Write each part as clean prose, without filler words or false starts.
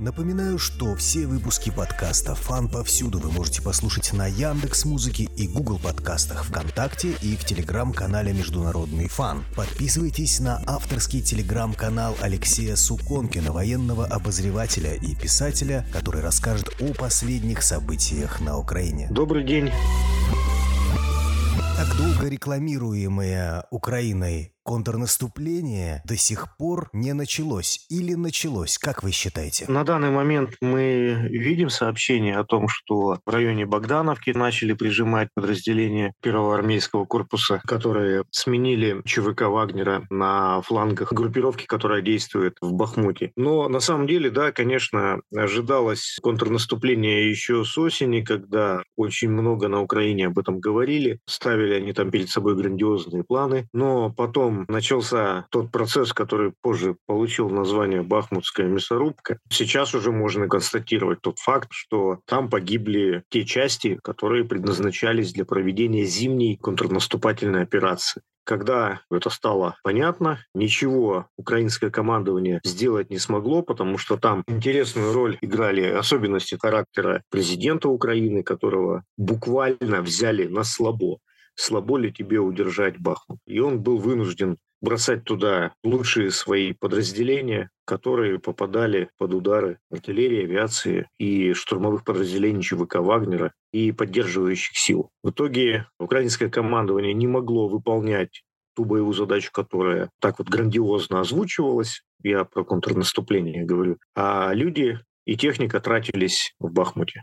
Напоминаю, что все выпуски подкаста «Фан» повсюду вы можете послушать на Яндекс.Музыке и Google подкастах, ВКонтакте и в телеграм-канале «Международный фан». Подписывайтесь на авторский телеграм-канал Алексея Суконкина, военного обозревателя и писателя, который расскажет о последних событиях на Украине. Добрый день. Так долго рекламируемое Украиной контрнаступление до сих пор не началось или началось, как вы считаете? На данный момент мы видим сообщение о том, что в районе Богдановки начали прижимать подразделения Первого армейского корпуса, которые сменили ЧВК Вагнера на флангах группировки, которая действует в Бахмуте. Но на самом деле, да, конечно, ожидалось контрнаступление еще с осени, когда очень много на Украине об этом говорили, ставили они там перед собой грандиозные планы, но потом начался тот процесс, который позже получил название «Бахмутская мясорубка». Сейчас уже можно констатировать тот факт, что там погибли те части, которые предназначались для проведения зимней контрнаступательной операции. Когда это стало понятно, ничего украинское командование сделать не смогло, потому что там интересную роль играли особенности характера президента Украины, которого буквально взяли на слабо. Слабо ли тебе удержать Бахмут? И он был вынужден бросать туда лучшие свои подразделения, которые попадали под удары артиллерии, авиации и штурмовых подразделений ЧВК Вагнера и поддерживающих сил. В итоге украинское командование не могло выполнять ту боевую задачу, которая так вот грандиозно озвучивалась, я про контрнаступление говорю, а люди и техника тратились в Бахмуте.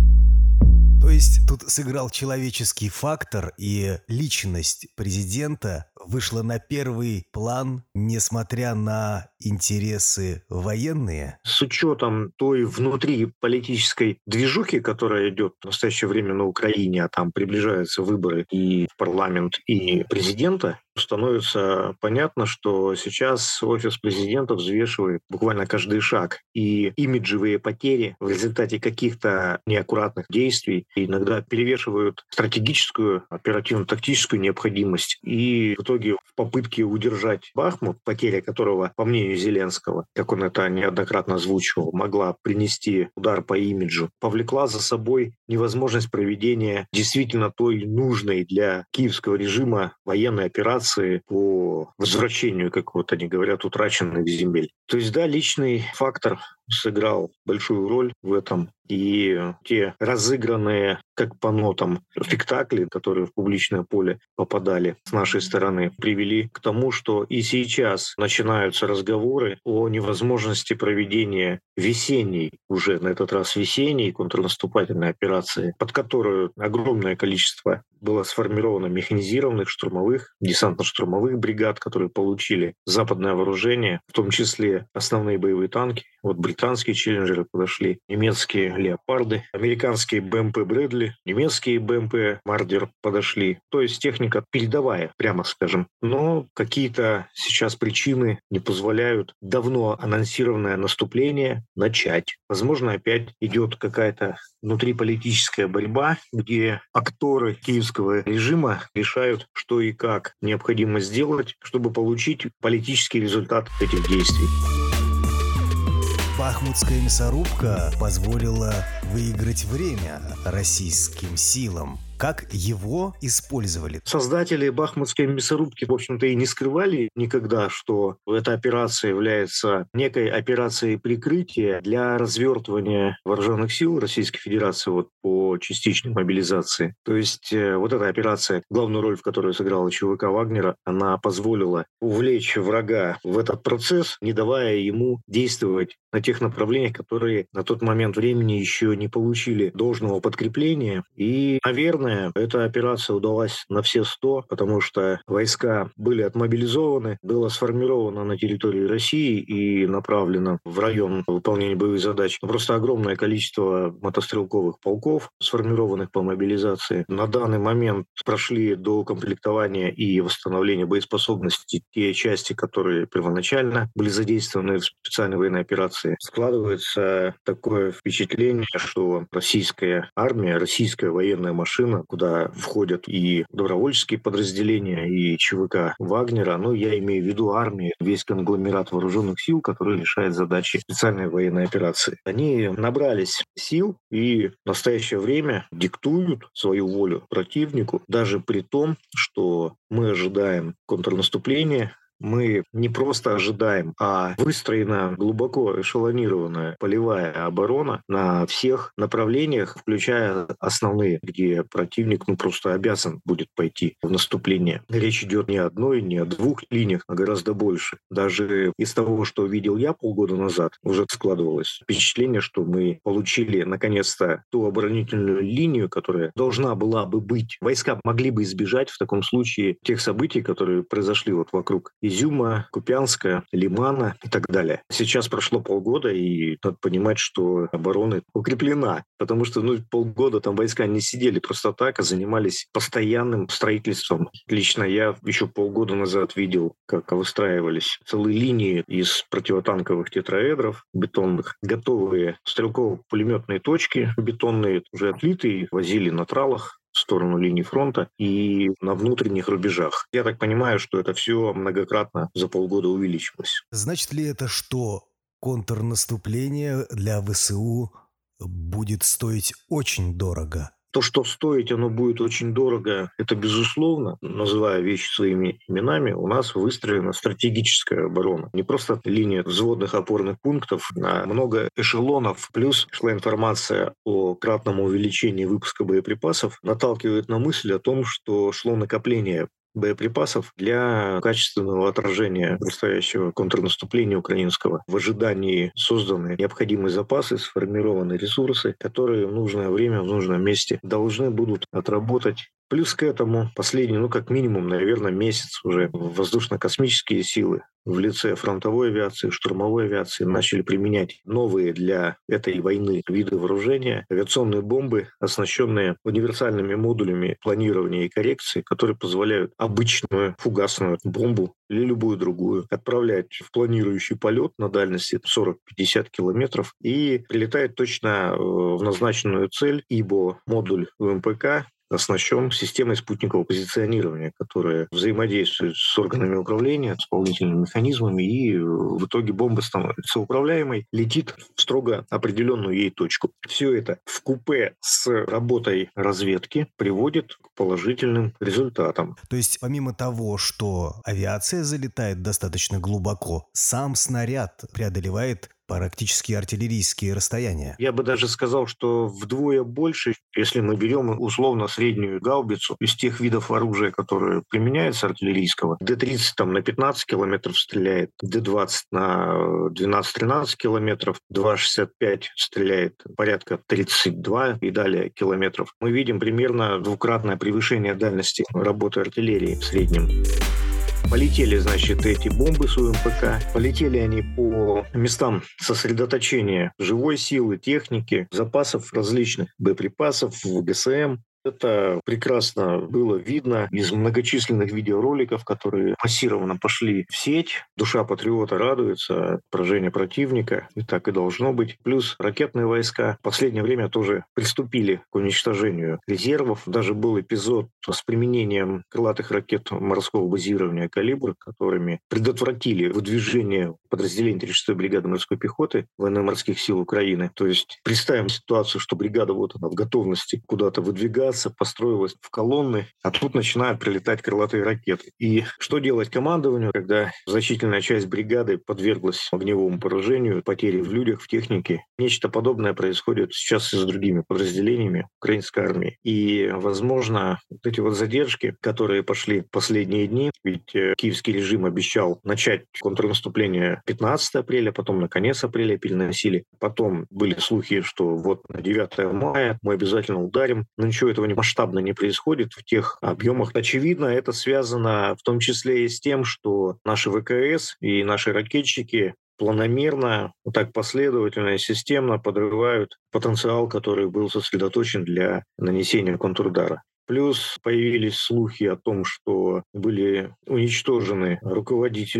То есть тут сыграл человеческий фактор, и личность президента вышла на первый план, несмотря на интересы военные? С учетом той внутриполитической движухи, которая идет в настоящее время на Украине, а там приближаются выборы и в парламент, и президента, становится понятно, что сейчас офис президента взвешивает буквально каждый шаг. И имиджевые потери в результате каких-то неаккуратных действий иногда перевешивают стратегическую, оперативно-тактическую необходимость. И в итоге в попытке удержать Бахмут, потеря которого, по мнению Зеленского, как он это неоднократно озвучивал, могла принести удар по имиджу, повлекла за собой невозможность проведения действительно той нужной для киевского режима военной операции по возвращению, как вот они говорят, утраченных земель. То есть, да, личный фактор сыграл большую роль в этом. И те разыгранные, как по нотам, спектакли, которые в публичное поле попадали с нашей стороны, привели к тому, что и сейчас начинаются разговоры о невозможности проведения весенней, уже на этот раз весенней контрнаступательной операции, под которую огромное количество было сформировано механизированных штурмовых, десантно-штурмовых бригад, которые получили западное вооружение, в том числе основные боевые танки. Вот британские челленджеры подошли, немецкие леопарды, американские БМП Брэдли, немецкие БМП Мардер подошли. То есть техника передовая, прямо скажем. Но какие-то сейчас причины не позволяют давно анонсированное наступление начать. Возможно, опять идет какая-то внутриполитическая борьба, где акторы киевского режима решают, что и как необходимо сделать, чтобы получить политический результат этих действий. Бахмутская мясорубка позволила выиграть время российским силам. Как его использовали? Создатели Бахмутской мясорубки, в общем-то, и не скрывали никогда, что эта операция является некой операцией прикрытия для развертывания вооруженных сил Российской Федерации вот, по частичной мобилизации. То есть вот эта операция, главную роль в которой сыграла ЧВК Вагнера, она позволила увлечь врага в этот процесс, не давая ему действовать на тех направлениях, которые на тот момент времени еще не получили должного подкрепления. И, наверное, эта операция удалась на все 100, потому что войска были отмобилизованы, было сформировано на территории России и направлено в район выполнения боевых задач просто огромное количество мотострелковых полков, сформированных по мобилизации. На данный момент прошли до комплектования и восстановления боеспособности те части, которые первоначально были задействованы в специальной военной операции. Складывается такое впечатление, что российская армия, российская военная машина батальона, куда входят и добровольческие подразделения, и ЧВК Вагнера. Но я имею в виду армию, весь конгломерат вооруженных сил, который решает задачи специальной военной операции. Они набрались сил и в настоящее время диктуют свою волю противнику, даже при том, что мы ожидаем контрнаступления. Мы не просто ожидаем, а выстроена глубоко эшелонированная полевая оборона на всех направлениях, включая основные, где противник просто обязан будет пойти в наступление. Речь идет не о одной, не о двух линиях, а гораздо больше. Даже из того, что видел я полгода назад, уже складывалось впечатление, что мы получили наконец-то ту оборонительную линию, которая должна была бы быть. Войска могли бы избежать в таком случае тех событий, которые произошли вокруг Изюма, Купянска, Лимана и так далее. Сейчас прошло полгода, и надо понимать, что оборона укреплена, потому что полгода там войска не сидели просто так, а занимались постоянным строительством. Лично я еще полгода назад видел, как выстраивались целые линии из противотанковых тетраэдров бетонных, готовые стрелково-пулеметные точки бетонные, уже отлитые, возили на тралах в сторону линии фронта и на внутренних рубежах. Я так понимаю, что это все многократно за полгода увеличилось. Значит ли это, что контрнаступление для ВСУ будет стоить очень дорого? То, что стоить оно будет очень дорого, это безусловно, называя вещи своими именами, у нас выстроена стратегическая оборона. Не просто линия взводных опорных пунктов, а много эшелонов. Плюс шла информация о кратном увеличении выпуска боеприпасов, наталкивает на мысль о том, что шло накопление боеприпасов для качественного отражения предстоящего контрнаступления украинского. В ожидании созданы необходимые запасы, сформированы ресурсы, которые в нужное время, в нужном месте должны будут отработать. Плюс к этому последний, как минимум, наверное, месяц уже воздушно-космические силы в лице фронтовой авиации, штурмовой авиации начали применять новые для этой войны виды вооружения, авиационные бомбы, оснащенные универсальными модулями планирования и коррекции, которые позволяют обычную фугасную бомбу или любую другую отправлять в планирующий полет на дальности 40-50 километров и прилетает точно в назначенную цель, ибо модуль ВМПК оснащен системой спутникового позиционирования, которая взаимодействует с органами управления, с исполнительными механизмами, и в итоге бомба становится управляемой, летит в строго определенную ей точку. Все это вкупе с работой разведки приводит к положительным результатам. То есть помимо того, что авиация залетает достаточно глубоко, сам снаряд преодолевает практически артиллерийские расстояния. Я бы даже сказал, что вдвое больше, если мы берем условно среднюю гаубицу из тех видов оружия, которые применяются артиллерийского. Д-30 на 15 километров стреляет, Д-20 на 12-13 километров, 2,65 стреляет порядка 32 и далее километров. Мы видим примерно двукратное превышение дальности работы артиллерии в среднем. Полетели, эти бомбы с УМПК. Полетели они по местам сосредоточения живой силы, техники, запасов различных боеприпасов, ГСМ. Это прекрасно было видно из многочисленных видеороликов, которые массированно пошли в сеть. Душа патриота радуется от поражения противника, и так и должно быть. Плюс ракетные войска в последнее время тоже приступили к уничтожению резервов. Даже был эпизод с применением крылатых ракет морского базирования «Калибр», которыми предотвратили выдвижение подразделений 36-й бригады морской пехоты военно-морских сил Украины. То есть представим ситуацию, что бригада она в готовности куда-то выдвигаться, построилась в колонны, а тут начинают прилетать крылатые ракеты. И что делать командованию, когда значительная часть бригады подверглась огневому поражению, потере в людях, в технике? Нечто подобное происходит сейчас и с другими подразделениями украинской армии. И, возможно, эти задержки, которые пошли в последние дни, ведь киевский режим обещал начать контрнаступление 15 апреля, потом на конец апреля переносили. Потом были слухи, что на 9 мая мы обязательно ударим. Но ничего этого масштабно не происходит в тех объемах. Очевидно, это связано в том числе и с тем, что наши ВКС и наши ракетчики планомерно, так последовательно и системно подрывают потенциал, который был сосредоточен для нанесения контрудара. Плюс появились слухи о том, что были уничтожены руководители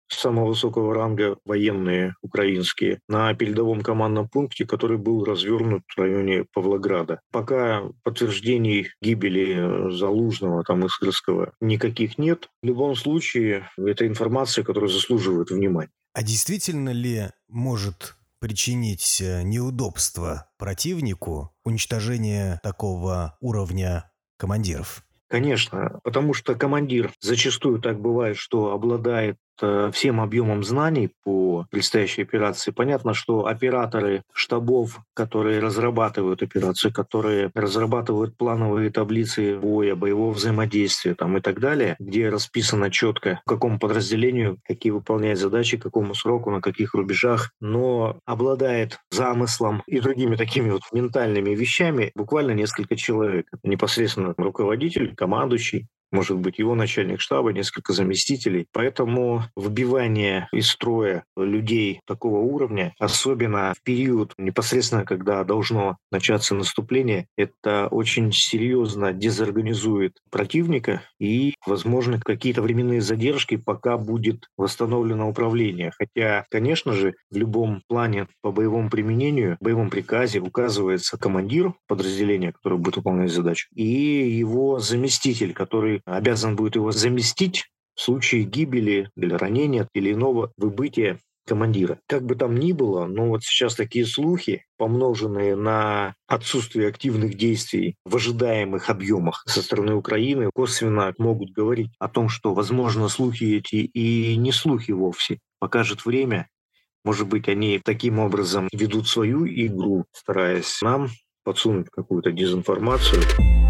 самого высокого ранга военные украинские на передовом командном пункте, который был развернут в районе Павлограда. Пока подтверждений гибели Залужного, там, и Сырского никаких нет. В любом случае, это информация, которая заслуживает внимания. А действительно ли может причинить неудобства противнику уничтожение такого уровня командиров? Конечно, потому что командир зачастую так бывает, что обладает всем объемом знаний по предстоящей операции. Понятно, что операторы штабов, которые разрабатывают операцию, которые разрабатывают плановые таблицы боя, боевого взаимодействия там, и так далее, где расписано четко, к какому подразделению, какие выполнять задачи, к какому сроку, на каких рубежах, но обладает замыслом и другими такими вот ментальными вещами буквально несколько человек. Это непосредственно руководитель, командующий, может быть, его начальник штаба, несколько заместителей. Поэтому выбивание из строя людей такого уровня, особенно в период непосредственно, когда должно начаться наступление, это очень серьезно дезорганизует противника и, возможно, какие-то временные задержки, пока будет восстановлено управление. Хотя, конечно же, в любом плане по боевому применению, в боевом приказе указывается командир подразделения, который будет выполнять задачу, и его заместитель, который обязан будет его заместить в случае гибели или ранения или иного выбытия командира. Как бы там ни было, но вот сейчас такие слухи, помноженные на отсутствие активных действий в ожидаемых объемах со стороны Украины, косвенно могут говорить о том, что, возможно, слухи эти и не слухи вовсе. Покажет время. Может быть, они таким образом ведут свою игру, стараясь нам подсунуть какую-то дезинформацию.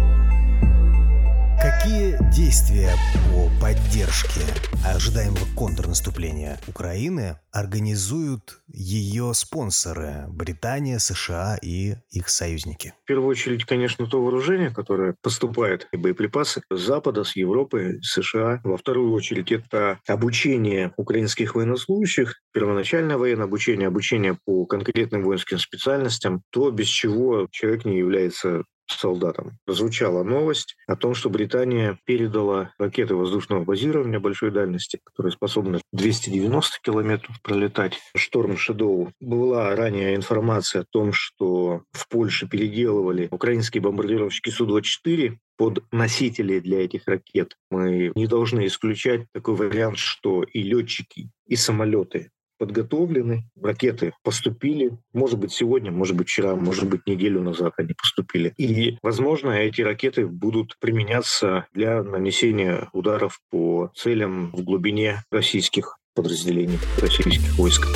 Какие действия по поддержке ожидаемого контрнаступления Украины организуют ее спонсоры – Британия, США и их союзники? В первую очередь, конечно, то вооружение, которое поступает, и боеприпасы с Запада, с Европы, с США. Во вторую очередь, это обучение украинских военнослужащих, первоначальное военное обучение, обучение по конкретным воинским специальностям, то, без чего человек не является солдатам. Прозвучала новость о том, что Британия передала ракеты воздушного базирования большой дальности, которые способны 290 километров пролетать. «Шторм Шэдоу». Была ранее информация о том, что в Польше переделывали украинские бомбардировщики Су-24 под носители для этих ракет. Мы не должны исключать такой вариант, что и летчики, и самолеты подготовлены, ракеты поступили. Может быть, сегодня, может быть, вчера, может быть, неделю назад они поступили. И, возможно, эти ракеты будут применяться для нанесения ударов по целям в глубине российских подразделений, российских войск.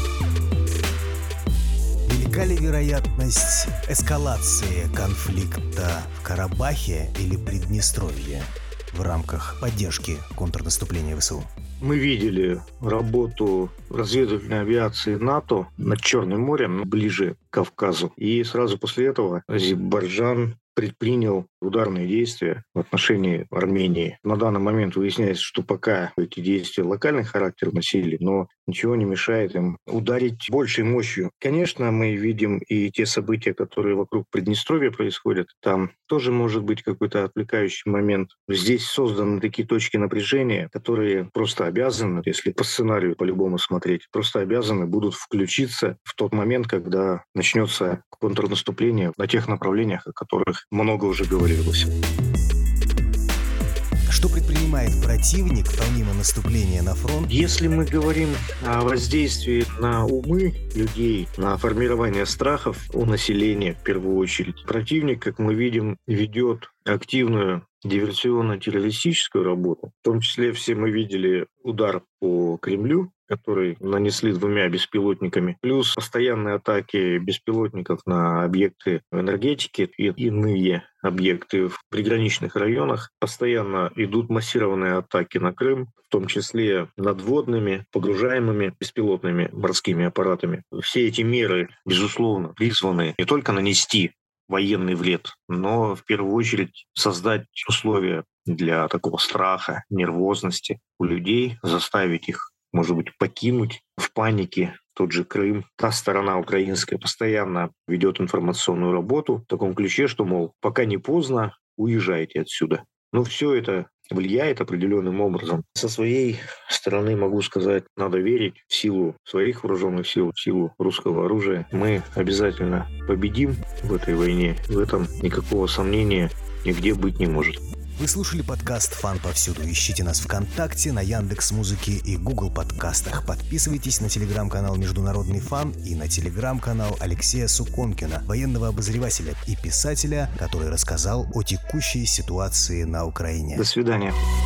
Велика ли вероятность эскалации конфликта в Карабахе или Приднестровье в рамках поддержки контрнаступления ВСУ? Мы видели работу разведывательной авиации НАТО над Черным морем, ближе к Кавказу. И сразу после этого Азербайджан предпринял ударные действия в отношении Армении. На данный момент выясняется, что пока эти действия локальный характер носили, но ничего не мешает им ударить большей мощью. Конечно, мы видим и те события, которые вокруг Приднестровья происходят. Там тоже может быть какой-то отвлекающий момент. Здесь созданы такие точки напряжения, которые просто обязаны, если по сценарию по-любому смотреть, просто обязаны будут включиться в тот момент, когда начнется контрнаступление на тех направлениях, о которых много уже говорилось. Что предпринимает противник помимо наступления на фронт? Если мы говорим о воздействии на умы людей, на формирование страхов у населения в первую очередь, противник, как мы видим, ведет активную диверсионно-террористическую работу. В том числе все мы видели удар по Кремлю, который нанесли 2 беспилотниками, плюс постоянные атаки беспилотников на объекты энергетики и иные объекты в приграничных районах. Постоянно идут массированные атаки на Крым, в том числе надводными, погружаемыми беспилотными морскими аппаратами. Все эти меры, безусловно, призваны не только нанести военный вред, но в первую очередь создать условия для такого страха, нервозности у людей, заставить их, может быть, покинуть в панике тот же Крым. Та сторона украинская постоянно ведет информационную работу в таком ключе, что, мол, пока не поздно, уезжайте отсюда. Но все это влияет определенным образом. Со своей стороны могу сказать, надо верить в силу своих вооруженных сил, в силу русского оружия. Мы обязательно победим в этой войне. В этом никакого сомнения нигде быть не может. Вы слушали подкаст «Фан повсюду». Ищите нас ВКонтакте, на Яндекс.Музыке и Google подкастах. Подписывайтесь на телеграм-канал «Международный фан» и на телеграм-канал Алексея Суконкина, военного обозревателя и писателя, который рассказал о текущей ситуации на Украине. До свидания.